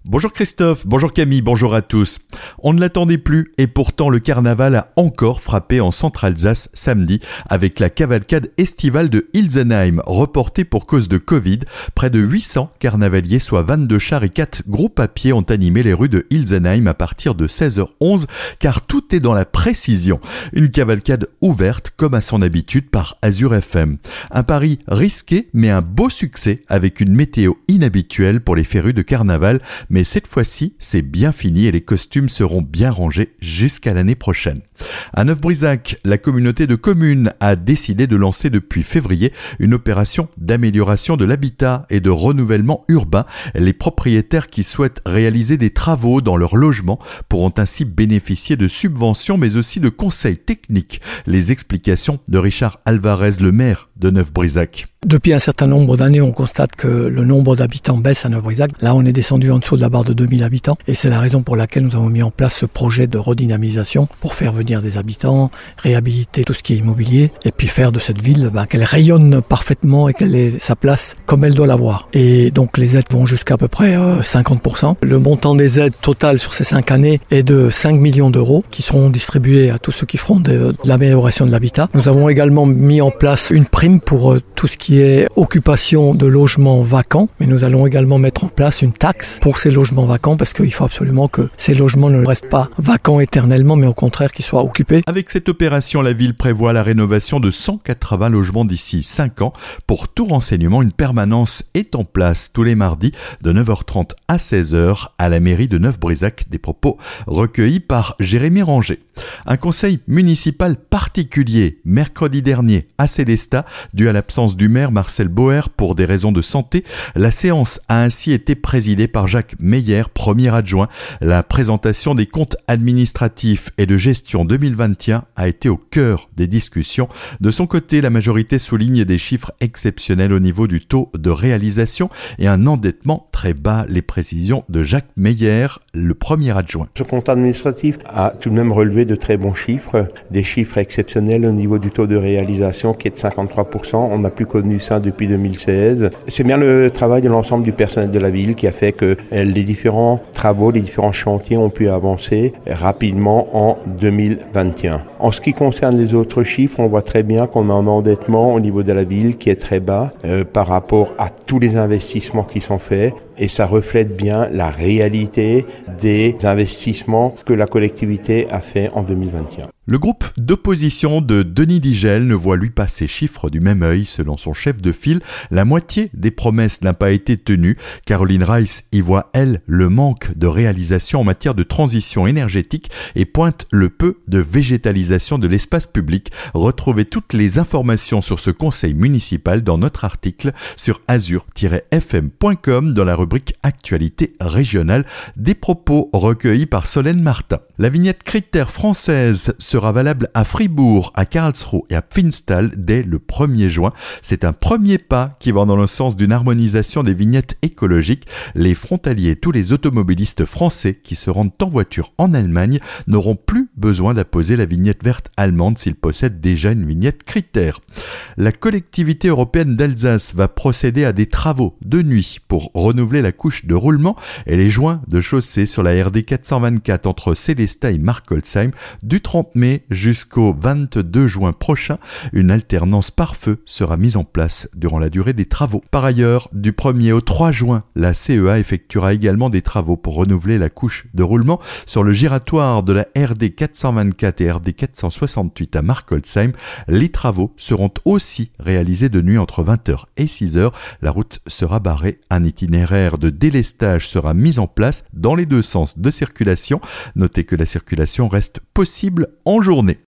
Bonjour Christophe, bonjour Camille, bonjour à tous. On ne l'attendait plus et pourtant le carnaval a encore frappé en Centre-Alsace samedi avec la cavalcade estivale de Ilsenheim reportée pour cause de Covid. Près de 800 carnavaliers, soit 22 chars et 4 groupes à pied ont animé les rues de Ilsenheim à partir de 16h11 car tout est dans la précision. Une cavalcade ouverte comme à son habitude par Azure FM. Un pari risqué mais un beau succès avec une météo inhabituelle pour les férus de carnaval. Mais cette fois-ci, c'est bien fini et les costumes seront bien rangés jusqu'à l'année prochaine. À Neuf-Brisach, la communauté de communes a décidé de lancer depuis février une opération d'amélioration de l'habitat et de renouvellement urbain. Les propriétaires qui souhaitent réaliser des travaux dans leur logement pourront ainsi bénéficier de subventions mais aussi de conseils techniques. Les explications de Richard Alvarez, le maire de Neuf-Brisach. Depuis un certain nombre d'années, on constate que le nombre d'habitants baisse à Neuf-Brisach. Là, on est descendu en dessous de la barre de 2000 habitants et c'est la raison pour laquelle nous avons mis en place ce projet de redynamisation pour faire venir des habitants, réhabiliter tout ce qui est immobilier et puis faire de cette ville qu'elle rayonne parfaitement et qu'elle ait sa place comme elle doit l'avoir. Et donc les aides vont jusqu'à peu près 50%. Le montant des aides totales sur ces 5 années est de 5 millions d'euros qui seront distribués à tous ceux qui feront de l'amélioration de l'habitat. Nous avons également mis en place une prime pour tout ce qui est occupation de logements vacants, mais nous allons également mettre en place une taxe pour ces logements vacants parce qu'il faut absolument que ces logements ne restent pas vacants éternellement, mais au contraire qu'ils soient occupés. Avec cette opération, la ville prévoit la rénovation de 180 logements d'ici 5 ans. Pour tout renseignement, une permanence est en place tous les mardis de 9h30 à 16h à la mairie de Neuf-Brisach. Des propos recueillis par Jérémy Ranger. Un conseil municipal particulier mercredi dernier à Célestat, dû à l'absence du maire Marcel Boer pour des raisons de santé. La séance a ainsi été présidée par Jacques Meyer, premier adjoint. La présentation des comptes administratifs et de gestion 2021 a été au cœur des discussions. De son côté, la majorité souligne des chiffres exceptionnels au niveau du taux de réalisation et un endettement très bas. Les précisions de Jacques Meyer, le premier adjoint. Ce compte administratif a tout de même relevé de très bons chiffres, des chiffres exceptionnels au niveau du taux de réalisation qui est de 53%. On n'a plus connu ça depuis 2016. C'est bien le travail de l'ensemble du personnel de la ville qui a fait que les différents travaux, les différents chantiers ont pu avancer rapidement en 2021. En ce qui concerne les autres chiffres, on voit très bien qu'on a un endettement au niveau de la ville qui est très bas par rapport à tous les investissements qui sont faits. Et ça reflète bien la réalité des investissements que la collectivité a fait en 2021. Le groupe d'opposition de Denis Digel ne voit lui pas ces chiffres du même œil. Selon son chef de file, la moitié des promesses n'a pas été tenue. Caroline Reiss y voit, elle, le manque de réalisation en matière de transition énergétique et pointe le peu de végétalisation de l'espace public. Retrouvez toutes les informations sur ce conseil municipal dans notre article sur azur-fm.com dans la rubrique Actualité régionale. Des propos recueillis par Solène Martin. La vignette critère française sera valable à Fribourg, à Karlsruhe et à Pfinstal dès le 1er juin. C'est un premier pas qui va dans le sens d'une harmonisation des vignettes écologiques. Les frontaliers et tous les automobilistes français qui se rendent en voiture en Allemagne n'auront plus besoin d'apposer la vignette verte allemande s'ils possèdent déjà une vignette critère. La collectivité européenne d'Alsace va procéder à des travaux de nuit pour renouveler la couche de roulement et les joints de chaussée sur la RD 424 entre Célestat et Markolsheim du 30 mai jusqu'au 22 juin prochain. Une alternance par feu sera mise en place durant la durée des travaux. Par ailleurs, du 1er au 3 juin, la CEA effectuera également des travaux pour renouveler la couche de roulement sur le giratoire de la RD 424 et RD 468 à Markolsheim. Les travaux seront aussi réalisés de nuit entre 20h et 6h. La route sera barrée. Un itinéraire de délestage sera mis en place dans les deux sens de circulation. Notez que la circulation reste possible en journée.